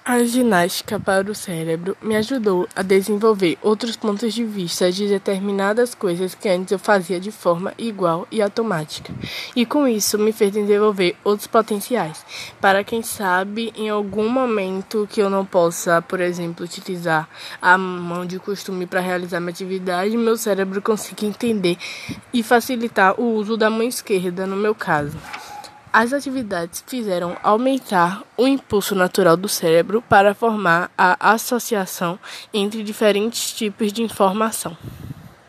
A ginástica para o cérebro me ajudou a desenvolver outros pontos de vista de determinadas coisas que antes eu fazia de forma igual e automática. E com isso me fez desenvolver outros potenciais, para quem sabe em algum momento que eu não possa, por exemplo, utilizar a mão de costume para realizar minha atividade, meu cérebro consiga entender e facilitar o uso da mão esquerda, no meu caso. As atividades fizeram aumentar o impulso natural do cérebro para formar a associação entre diferentes tipos de informação.